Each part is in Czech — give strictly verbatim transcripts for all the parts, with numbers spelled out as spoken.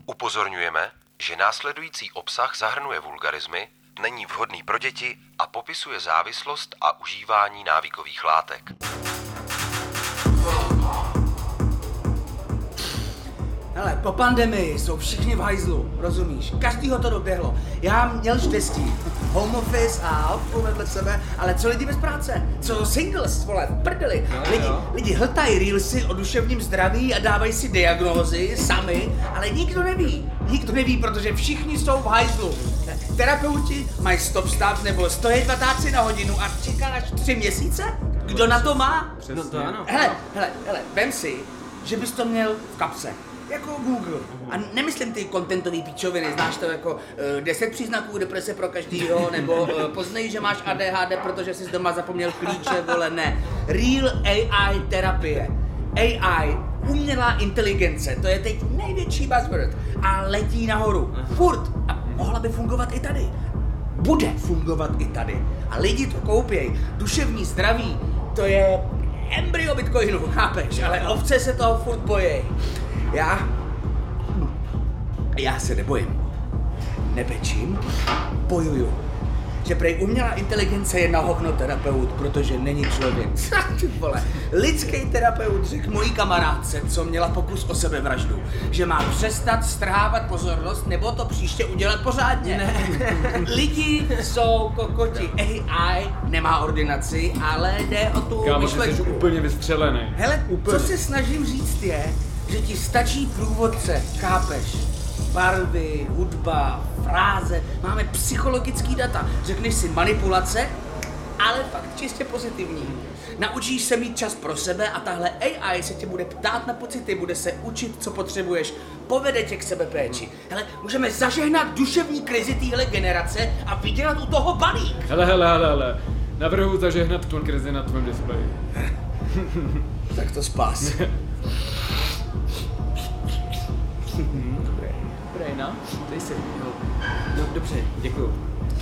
Upozorňujeme, že následující obsah zahrnuje vulgarismy, není vhodný pro děti a popisuje závislost a užívání návykových látek. Hele, po pandemii jsou všichni v hajzlu, rozumíš? Každýho to doběhlo. Já měl štěstí. Home office a outflow vedle sebe, ale co lidi bez práce? Co singles, vole, v prdeli? No, lidi, jo. lidi hltají reelsy o duševním zdraví a dávají si diagnózy sami, ale nikdo neví. Nikdo neví, protože všichni jsou v hajzlu. Terapeuti mají stop stav nebo stojí dvatáci na hodinu a čeká až tři měsíce? Kdo na to má? No to ano. Hele, hele, hele, vem si, že bys to měl v kapse. Jako Google. A nemyslím ty kontentový píčoviny, znáš to jako uh, deset příznaků deprese pro každýho, nebo uh, poznej, že máš A D H D, protože jsi doma zapomněl klíče, vole, ne. Real A I terapie. A I, umělá inteligence, to je teď největší buzzword a letí nahoru. Furt. A mohla by fungovat i tady. Bude fungovat i tady. A lidi to koupějí. Duševní zdraví, to je embryo bitcoinu, chápeš? Ale ovce se toho furt bojí. Já... Já se nebojím. Nebečím, bojuju. Že prej umělá inteligence je na hovno terapeut, protože není člověk. Ty vole, lidský terapeut řekl mojí kamarádce, co měla pokus o sebevraždu, že má přestat strhávat pozornost, nebo to příště udělat pořádně. Ne. Lidi jsou kokoti. A I nemá ordinaci, ale jde o tu Kámo, myšlenku. jsi úplně vystřelený. Hele, úplně. co se snažím říct je, že ti stačí průvodce, chápeš? Barvy, hudba, fráze, máme psychologický data. Řekneš si manipulace, ale fakt čistě pozitivní. Naučíš se mít čas pro sebe a tahle A I se tě bude ptát na pocity, bude se učit, co potřebuješ, povede tě k sebepéči. Hele, můžeme zažehnat duševní krizi téhle generace a vydělat u toho balík. Hele, hele, hele, hele. Navrhuji zažehnat tu krizi na tvém displeji. Tak to spás. Dobrý, no? Dej si. Jo. No, dobře, děkuju.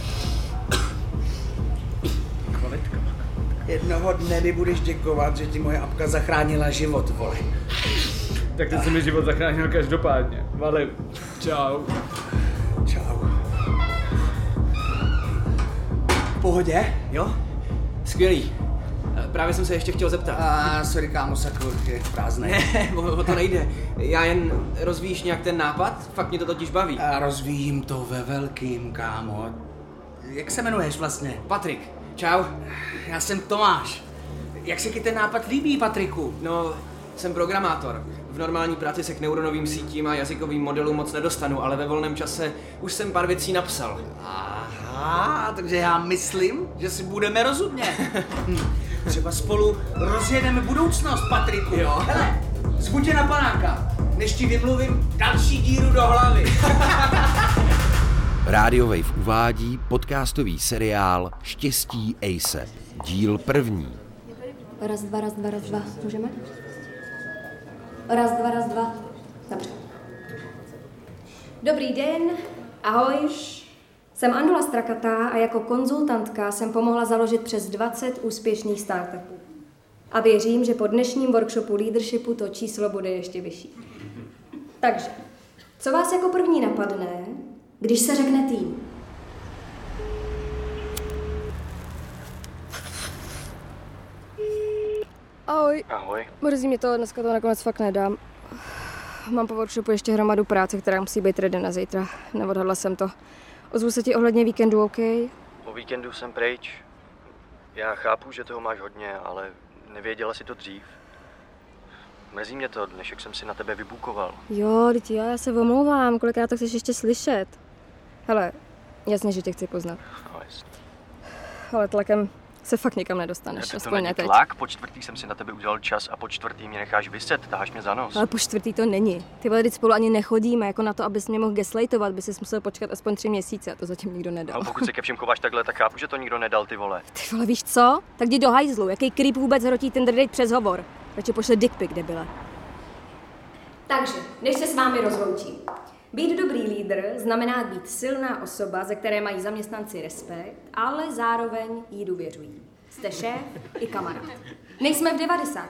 Kvalitka. Jednoho dne mi budeš děkovat, že ti moje apka zachránila život, vole. Tak ty jsi mi život zachránil každopádně. Vale, čau. Čau. V pohodě, jo? Skvělý. Právě jsem se ještě chtěl zeptat. A sorry, kámo, sakro, je prázdnej. Ne, o to nejde. Já jen rozvíjíš nějak ten nápad? Fakt mě to totiž baví. A rozvíjím to ve velkým, kámo. Jak se jmenuješ vlastně? Patrik, čau. Já jsem Tomáš. Jak se ti ten nápad líbí, Patriku? No, jsem programátor. V normální práci se k neuronovým sítím a jazykovým modelům moc nedostanu, ale ve volném čase už jsem pár věcí napsal. Aha, takže já myslím, že si budeme rozumět. Hm, třeba spolu rozjedeme budoucnost, Patriku. Jo. Hele, zvu tě na panáka, než ti vymluvím další díru do hlavy. Radio Wave uvádí podcastový seriál Štěstí Ace, díl první. Raz, dva, raz, dva, raz, dva. Můžeme? Raz, dva, raz, dva. Dobře. Dobrý den, ahoj. Jsem Andula Strakatá a jako konzultantka jsem pomohla založit přes dvacet úspěšných startupů. A věřím, že po dnešním workshopu leadershipu to číslo bude ještě vyšší. Takže, co vás jako první napadne, když se řekne tým? Ahoj. Ahoj. Mrzí mě to, dneska to nakonec fakt nedám. Mám po workshopu ještě hromadu práce, která musí být ready na zítra. Neodhadla jsem to. Ozvu se ti ohledně víkendu, OK? O víkendu jsem pryč. Já chápu, že toho máš hodně, ale nevěděla si to dřív. Mrzí mě to, dnešek jsem si na tebe vybukoval. Jo, teď já, já se omlouvám, kolikrát to chceš ještě slyšet. Hele, jasně, že tě chci poznat. No, jasně. Ale tlakem se fakt nikam nedostaneš, To aspoň není ne teď. tlak, po čtvrtý jsem si na tebe udělal čas a po čtvrtý mě necháš vyset, taháš mě za nos. Ale po čtvrtý to není. Ty vole, teď spolu ani nechodíme, jako na to, abys mě mohl gaslightovat, by ses musel počkat aspoň tři měsíce a to zatím nikdo nedal. Ale pokud se ke všem chováš takhle, tak chápu, že to nikdo nedal, ty vole. Ty vole, víš co? Tak jdi do hajzlu, jaký creep vůbec hrotí ten date přes hovor? Radši pošle dick pic, debile. Takže, než se s vámi rozloučím. Být dobrý lídr znamená být silná osoba, ze které mají zaměstnanci respekt, ale zároveň jí důvěřují. Jste šéf i kamarád. Nejsme v devadesátkách.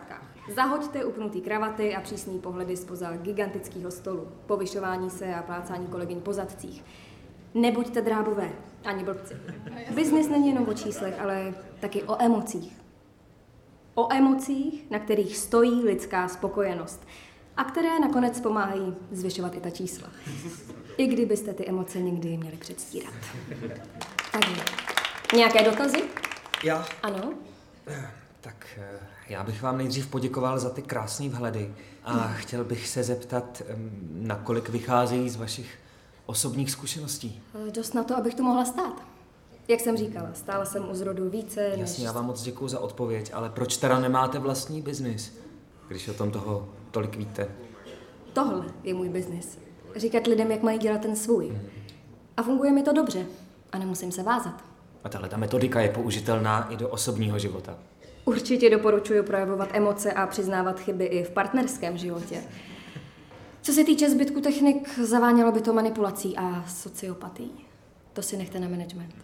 Zahoďte upnutý kravaty a přísný pohledy zpoza gigantického stolu, povyšování se a plácání kolegyň po zadcích. Nebuďte drábové, ani blbci. Biznis není jenom o číslech, ale taky o emocích. O emocích, na kterých stojí lidská spokojenost a které nakonec pomáhají zvyšovat i ta čísla. I kdybyste ty emoce někdy měli předstírat. Takže, nějaké dotazy? Já? Ano? Tak já bych vám nejdřív poděkoval za ty krásné vhledy a chtěl bych se zeptat, nakolik vycházejí z vašich osobních zkušeností. Dost na to, abych tu mohla stát. Jak jsem říkala, stála jsem u zrodu více než... Jasně, já vám moc děkuju za odpověď, ale proč teda nemáte vlastní biznis, když o tom toho tolik víte? Tohle je můj biznis. Říkat lidem, jak mají dělat ten svůj. A funguje mi to dobře. A nemusím se vázat. A tahle ta metodika je použitelná i do osobního života. Určitě doporučuji projevovat emoce a přiznávat chyby i v partnerském životě. Co se týče zbytku technik, zavánělo by to manipulací a sociopatií. To si nechte na management.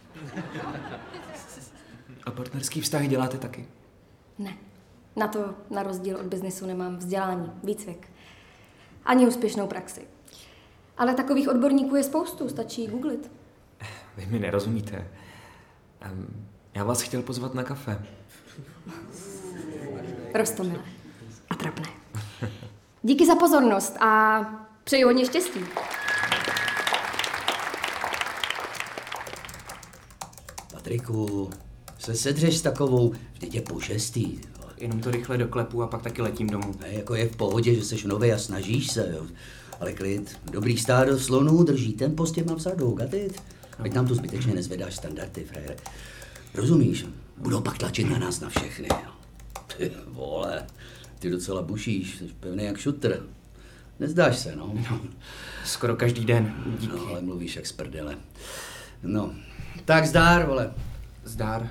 A partnerský vztahy děláte taky? Ne. Na to, na rozdíl od biznisu, nemám vzdělání, výcvik. Ani úspěšnou praxi. Ale takových odborníků je spoustu, stačí googlit. Vy mi nerozumíte. Já vás chtěl pozvat na kafe. Roztomilé a trapné. Díky za pozornost a přeji hodně štěstí. Patriku, se sedřeš s takovou, vždyť je po šestý. Jenom to rychle doklepu a pak taky letím domů. Ne, jako je v pohodě, že seš novej a snažíš se, jo. Ale klid, dobrý stádo slonů drží tempo s těma vzadu, gatit. Ať nám tu zbytečně nezvedáš standardy, frajere. Rozumíš? Budou pak tlačit na nás na všechny. Ty vole, ty docela bušíš, jsi pevný jak šutr. Nezdáš se, no. no. Skoro každý den, díky. No, ale mluvíš jak z prdele. No, tak zdár, vole. Zdár.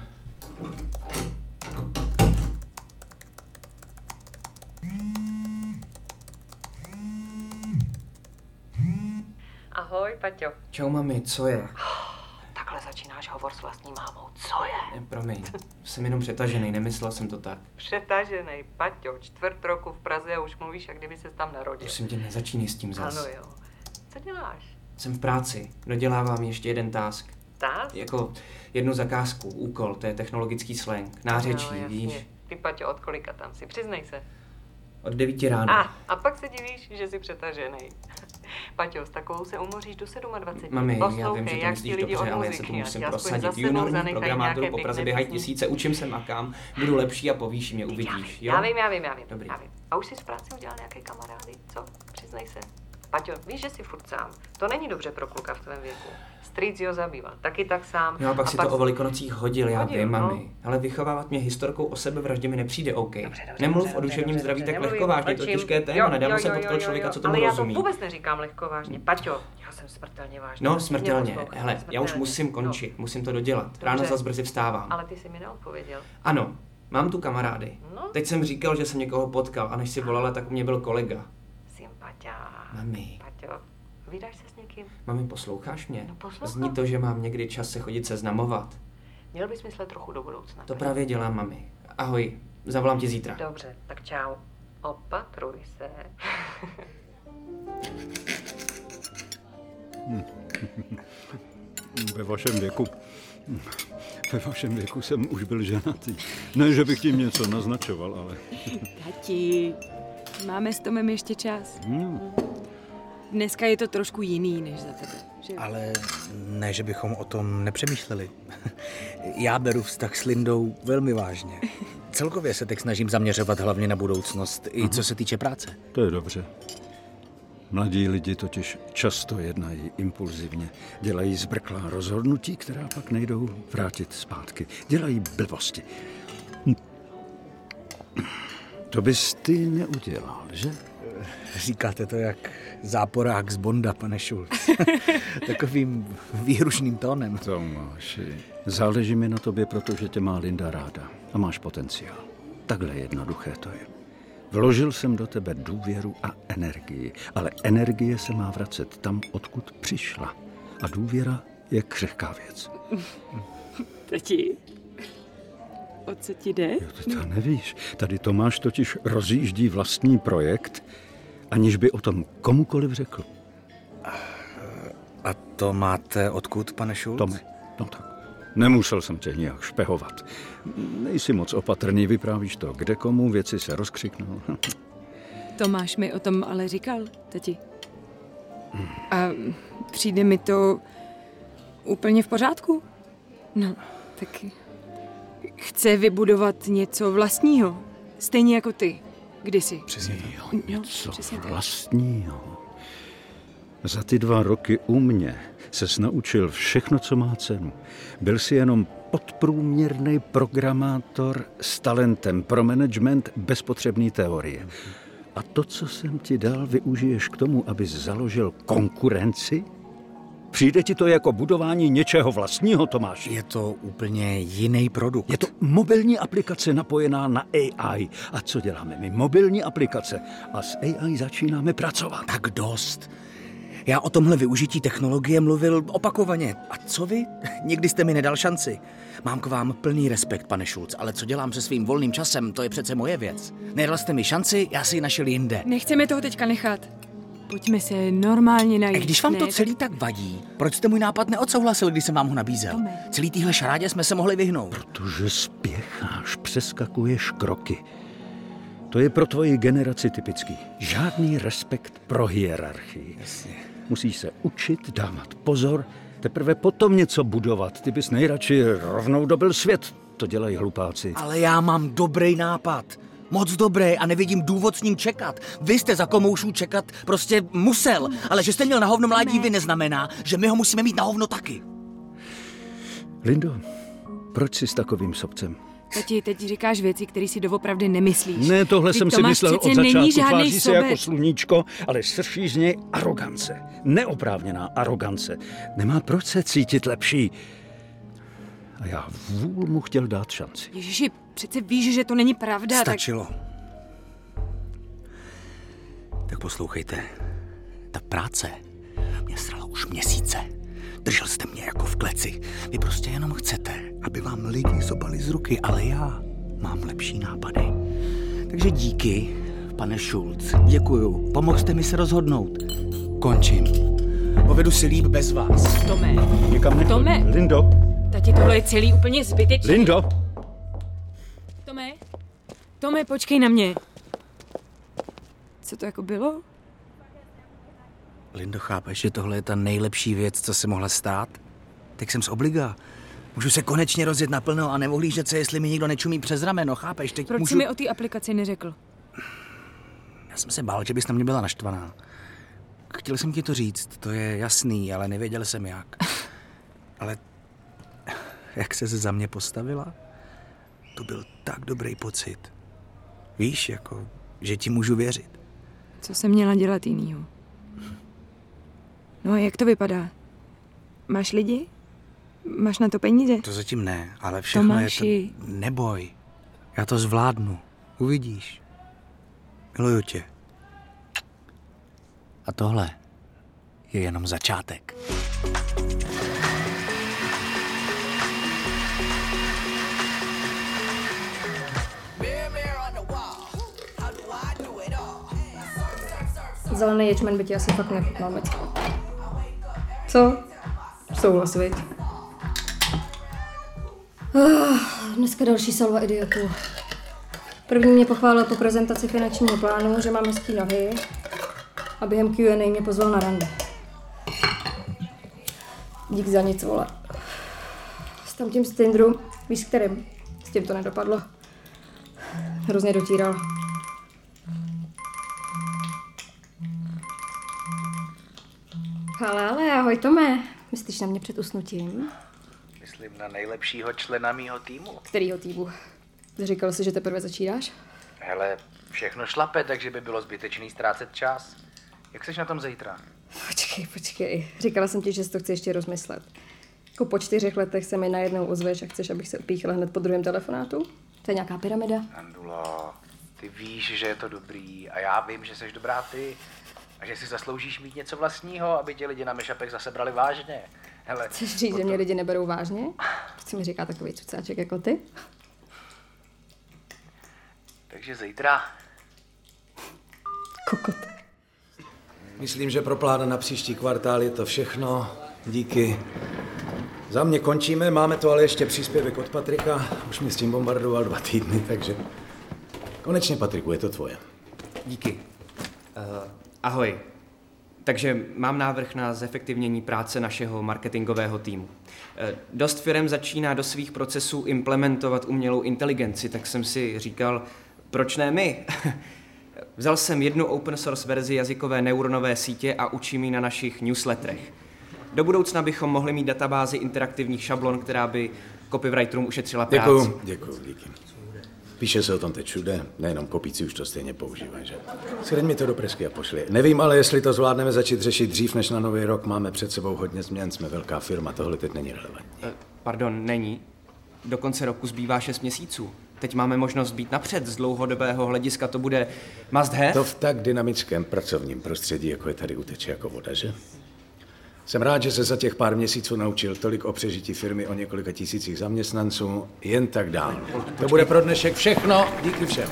Ahoj, Paťo. Čau, mami, co je? Takhle začínáš hovor s vlastní mámou. Co je? Ne, promiň, jsem jenom přetažený, nemyslel jsem to tak. Přetažený, Paťo, čtvrt roku v Praze a už mluvíš, jak kdyby ses tam narodil. Prosím tě, nezačínej s tím zas. Ano jo. Co děláš? Jsem v práci, dodělávám ještě jeden task. Task? Jako jednu zakázku, úkol, to je technologický slang, nářečí, no, víš? Ty, Paťo, od kolika tam si? Přiznej se. Od devíti ráno. A, a pak se divíš, že jsi přetažený. Paťo, s takovou se umoříš do sedmadvaceti. Mami, Poslouchej, já vím, že to jak myslíš lidi dobře, od ale já se muziky, tu musím ať prosadit. aspoň za Juniorní sebou programátorů zanechají po Praze nějaké běhají pěkné tisíce, učím se makám, budu lepší a povýším je, uvidíš, jo? Já vím, já vím, já vím. Dobrý. Já vím. A už jsi v práci udělal nějaké kamarády, co? Přiznej se. Paťo, víš, že jsi furt sám. To není dobře pro kluka v tvém věku. Strýc ho zabýval, taky tak sám. Jo, a pak a si pak to o velikonocích hodil, já hodil, vím, no. mami. Ale vychovávat mě historkou o sebevraždě mi nepřijde OK. Dobře, dobře, Nemluv dobře, o duševním dobře, zdraví dobře, tak nemluvím, lehkovážně, to je mlčím. těžké téma. Jo, Nedávno jo, jsem jo, potkal jo, člověka, jo, co tomu ale rozumí. já to vůbec neříkám lehkovážně. Paťo, já jsem smrtelně vážně. No, smrtelně. Mě Hele, já už smrtelně. musím končit, No. musím to dodělat. Ráno Dobře. zas brzy vstávám. Ale ty jsi mi neodpověděl. Ano, mám tu kamarády. No. Teď jsem říkal, že jsem někoho potkal a než si volala, tak u mě byl kolega. Sympatia. Mami. Paťo, vydáš se s někým? Mami, posloucháš mě? No, poslouchám. Zní to, že mám někdy čas se chodit seznamovat. Měl bys myslet trochu do budoucna. To právě dělám, mami. Ahoj, zavolám ti zítra. Dobře, tak čau. Opatruj se. Ve vašem věku, ve vašem věku jsem už byl ženatý. Ne, že bych tím něco naznačoval, ale... Tati, máme s Tomem ještě čas. Hmm. Dneska je to trošku jiný než za tebe. Že? Ale ne, že bychom o tom nepřemýšleli. Já beru vztah s Lindou velmi vážně. Celkově se teď snažím zaměřovat hlavně na budoucnost, i co se týče práce. To je dobře. Mladí lidi totiž často jednají impulzivně. Dělají zbrklá rozhodnutí, která pak nejdou vrátit zpátky. Dělají blbosti. Hm. To bys ty neudělal, že? Říkáte to jak záporák z Bonda, pane Schulz. Takovým výhrušným tónem. Tomáši, záleží mi na tobě, protože tě má Linda ráda a máš potenciál. Takhle jednoduché to je. Vložil jsem do tebe důvěru a energii, ale energie se má vracet tam, odkud přišla. A důvěra je křehká věc. Tati, O co ti jde? Jo, to, to nevíš. Tady Tomáš totiž rozjíždí vlastní projekt, aniž by o tom komukoliv řekl. A to máte odkud, pane Schulz? Tome, no tak. Nemusel jsem tě nějak špehovat. Nejsi moc opatrný, vyprávíš to kde komu, věci se rozkřiknou. Tomáš mi o tom ale říkal, tati. A přijde mi to úplně v pořádku. No, tak chce vybudovat něco vlastního. Stejně jako ty. Kdysi. Přesně jo, no, něco přesně vlastního. Za ty dva roky u mě ses naučil všechno, co má cenu. Byl jsi jenom podprůměrný programátor s talentem pro management bez potřebné teorie. A to, co jsem ti dal, využiješ k tomu, abys založil konkurenci? Přijde ti to jako budování něčeho vlastního, Tomáš? Je to úplně jiný produkt. Je to mobilní aplikace napojená na A I. A co děláme my? Mobilní aplikace. A s A I začínáme pracovat. Tak dost. Já o tomhle využití technologie mluvil opakovaně. A co vy? Nikdy jste mi nedal šanci. Mám k vám plný respekt, pane Schulz, ale co dělám se svým volným časem, to je přece moje věc. Nedal jste mi šanci, já si ji našel jinde. Nechceme toho teďka nechat. Pojďme se normálně najít. A když vám to ne, celý tak vadí, proč jste můj nápad neodsouhlasil, když jsem vám ho nabízel? Tome. Celý týhle šarádě jsme se mohli vyhnout. Protože spěcháš, přeskakuješ kroky. To je pro tvoji generaci typický. Žádný respekt pro hierarchii. Jasně. Musíš se učit, dávat pozor, teprve potom něco budovat. Ty bys nejradši rovnou dobil svět. To dělají hlupáci. Ale já mám dobrý nápad. Moc dobrý a nevidím důvod s ním čekat. Vy jste za komoušů čekat prostě musel. Ale že jste měl na hovno mládí vy neznamená, že my ho musíme mít na hovno taky. Lindo, proč jsi s takovým sobcem? Tati, teď říkáš věci, které si doopravdy nemyslíš. Ne, tohle Vždyť jsem si Tomáš myslel od přece není začátku. žádnej Tváří se jako sobec. sluníčko, ale srší z něj arogance. Neoprávněná arogance. Nemá proč se cítit lepší. A já vůl mu chtěl dát šanci. Ježiši, přece víš, že to není pravda. Stačilo. Tak... tak poslouchejte. Ta práce mě srala už měsíce. Držel jste mě jako v kleci. Vy prostě jenom chcete, aby vám lidi zobali z ruky, ale já mám lepší nápady. Takže díky, pane Schulz. Děkuju. Pomohl jste mi se rozhodnout. Končím. Povedu si líp bez vás. Tome. Někam nechoď. Tome. Lindo. Tati, tohle je celý úplně zbytečný. Lindo. Tome. Tome, počkej na mě. Co to jako bylo? Lindo, chápeš, že tohle je ta nejlepší věc, co se mohla stát? Tak jsem z obliga. Můžu se konečně rozjet naplno a neohlížet se, jestli mi nikdo nečumí přes rameno, chápeš? Teď Proč můžu... jsi mi o té aplikaci neřekl? Já jsem se bál, že bys na mě byla naštvaná. Chtěl jsem ti to říct, to je jasný, ale nevěděl jsem jak. Ale jak se za mě postavila? To byl tak dobrý pocit. Víš, jako, že ti můžu věřit. Co jsem měla dělat jinýho? No a jak to vypadá? Máš lidi? Máš na to peníze? To zatím ne, ale všechno Tomáši. je to... Neboj, já to zvládnu, uvidíš. Miluju tě. A tohle je jenom začátek. Zelený ječmen by ti asi fakt nechutnal, Mecky. Co? Souhlas, viď? Oh, dneska další salva idiotů. První mě pochválil po prezentaci finančního plánu, že mám hezký nohy a během Q and A mě pozval na rande. Dík za nic, vole. S tam tím z Tinderu, víš s kterým? S tím to nedopadlo. Hrozně dotíral. Ale, ale, ahoj Tome. Myslíš na mě před usnutím? Myslím na nejlepšího člena mýho týmu. Kterýho týmu? Říkal jsi, že teprve začínáš? Hele, všechno šlape, takže by bylo zbytečný ztrácet čas. Jak seš na tom zítra? Počkej, počkej. Říkala jsem ti, že si to chci ještě rozmyslet. Jako po čtyřech letech se mi najednou ozveš a chceš, abych se upíchla hned po druhém telefonátu? To je nějaká pyramida? Andulo, ty víš, že je to dobrý a já vím, že jsi dobrá ty. A že si zasloužíš mít něco vlastního, aby tě lidi na mešapech zase brali vážně. Hele, Chceš říct, potom... že mě lidi neberou vážně? Co mi říká takový cucáček jako ty? Takže zítra. Kokot. Myslím, že pro plána na příští kvartál je to všechno. Díky. Za mě končíme, máme tu ale ještě příspěvek od Patrika. Už mě s tím bombardoval dva týdny, takže... Konečně, Patriku, je to tvoje. Díky. Uh, ahoj. Takže mám návrh na zefektivnění práce našeho marketingového týmu. Uh, dost firem začíná do svých procesů implementovat umělou inteligenci, tak jsem si říkal, proč ne my? Vzal jsem jednu open source verzi jazykové neuronové sítě a učím ji na našich newsletterech. Do budoucna bychom mohli mít databázi interaktivních šablon, která by copywriterům ušetřila práci. Děkuju, děkuju, díky. Píše se o tom teď všude, nejenom kopíci už to stejně používají, že? Schreň mi to do presky a pošli. Nevím, ale jestli to zvládneme začít řešit dřív než na nový rok, máme před sebou hodně změn, jsme velká firma, tohle teď není relevantní. Uh, pardon, není. Do konce roku zbývá šest měsíců. Teď máme možnost být napřed, z dlouhodobého hlediska to bude must have. To v tak dynamickém pracovním prostředí, jako je tady, uteče jako voda, že? Jsem rád, že se za těch pár měsíců naučil tolik o přežití firmy o několika tisících zaměstnanců, jen tak dál. To bude pro dnešek všechno, díky všem.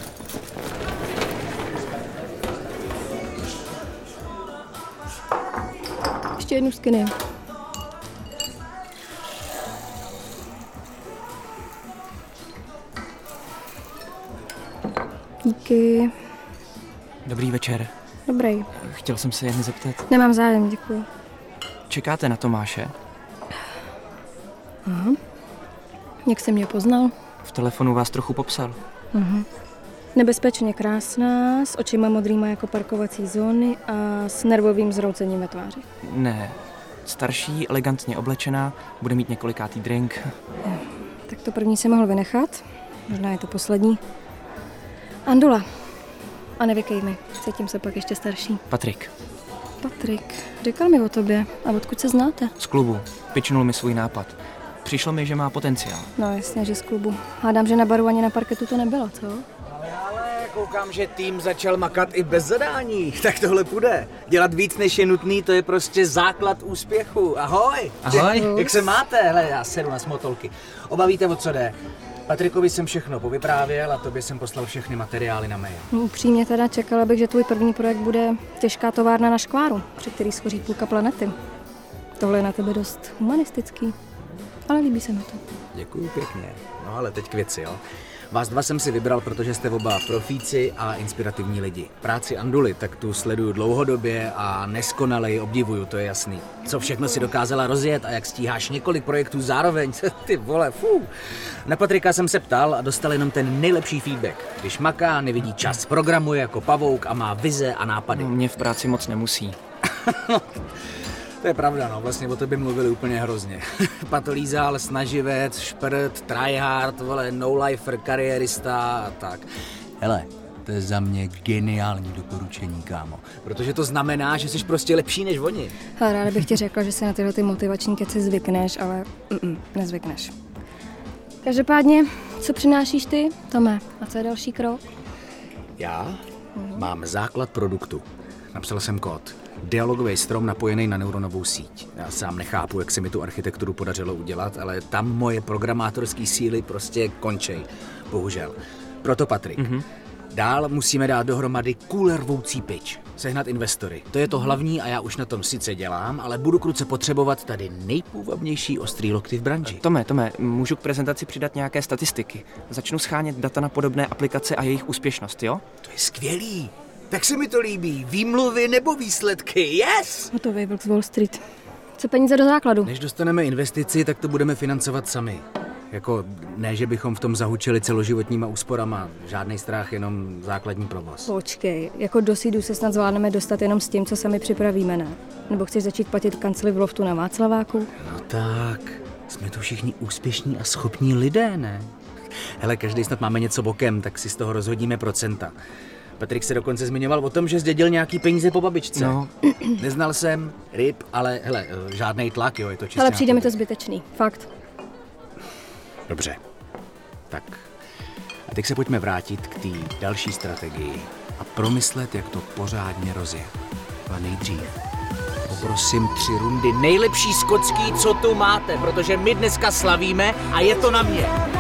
Ještě jednu skinny. Díky. Dobrý večer. Dobrý. Chtěl jsem se jen zeptat. Nemám zájem, děkuji. Čekáte na Tomáše? Aha. Jak jsi mě poznal? V telefonu vás trochu popsal. Aha. Nebezpečně krásná, s očima modrýma jako parkovací zóny a s nervovým zroucením ve tváři. Ne. Starší, elegantně oblečená, bude mít několikátý drink. Je. Tak to první si mohl vynechat. Možná je to poslední. Andula. A nevykej mi, cítím se pak ještě starší. Patrik. Patrik, říkal mi o tobě. A odkud se znáte? Z klubu. Pičnul mi svůj nápad. Přišlo mi, že má potenciál. No jasně, že z klubu. Hádám, že na baru ani na parketu to nebylo, co? Ale, ale, koukám, že tým začal makat i bez zadání. Tak tohle půjde. Dělat víc, než je nutný, to je prostě základ úspěchu. Ahoj. Ahoj. Jak se máte? Hele, já sedu na smotolky. Oba víte, o co jde. Patrikovi jsem všechno povyprávěl a tobě jsem poslal všechny materiály na mail. No, upřímně teda čekala bych, že tvůj první projekt bude těžká továrna na škváru, při který schoří půlka planety. Tohle je na tebe dost humanistický, ale líbí se mi to. Děkuju pěkně. No ale teď k věci, jo. Vás dva jsem si vybral, protože jste oba profíci a inspirativní lidi. Práci Anduly tak tu sleduju dlouhodobě a neskonale ji obdivuju, to je jasný. Co všechno si dokázala rozjet a jak stíháš několik projektů zároveň, ty vole, fů. Na Patrika jsem se ptal a dostal jenom ten nejlepší feedback. Když maká, nevidí čas, programuje jako pavouk a má vize a nápady. No, mě v práci moc nemusí. To je pravda, no, vlastně o tobě mluvili úplně hrozně. Patolízál, snaživec, šprt, tryhard, vole, no-lifer, kariérista a tak. Hele, to je za mě geniální doporučení, kámo. Protože to znamená, že jsi prostě lepší než oni. A ráda bych ti řekla, že si na tyhle ty motivační keci zvykneš, ale mm, nezvykneš. Každopádně, co přinášíš ty, Tome? A co je další krok? Já mám základ produktu. Napsal jsem kód. Dialogový strom napojený na neuronovou síť. Já sám nechápu, jak se mi tu architekturu podařilo udělat, ale tam moje programátorské síly prostě končej. Bohužel. Proto Patrik. Mm-hmm. Dál musíme dát dohromady cool rvoucí pitch. Sehnat investory. To je to hlavní a já už na tom sice dělám, ale budu kruce potřebovat tady nejpůvabnější ostrý lokty v branži. Tome, Tome, můžu k prezentaci přidat nějaké statistiky. Začnu schánět data na podobné aplikace a jejich úspěšnost, jo? To je skvělý. Tak se mi to líbí. Výmluvy nebo výsledky, yes! Hotový vlk z Wall Street. Co peníze do základu? Než dostaneme investici, tak to budeme financovat sami. Jako ne, že bychom v tom zahučili celoživotníma úsporama. Žádný strach, jenom základní provoz. Počkej, jako do sídu se snad zvládneme dostat jenom s tím, co sami připravíme, ne? Nebo chceš začít platit kancli v loftu na Václaváku? No tak, jsme tu všichni úspěšní a schopní lidé, ne? Hele, každý snad máme něco bokem, tak si z toho rozhodíme procenta. Patrik se dokonce zmiňoval o tom, že zdědil nějaký peníze po babičce. No. Neznal jsem ryb, ale hele, žádnej tlak, jo, je to čistě. Ale přijde mi to zbytečný, fakt. Dobře. Tak. A teď se pojďme vrátit k té další strategii a promyslet, jak to pořádně rozjet. Ale nejdřív poprosím tři rundy nejlepší skotský, co tu máte, protože my dneska slavíme a je to na mě.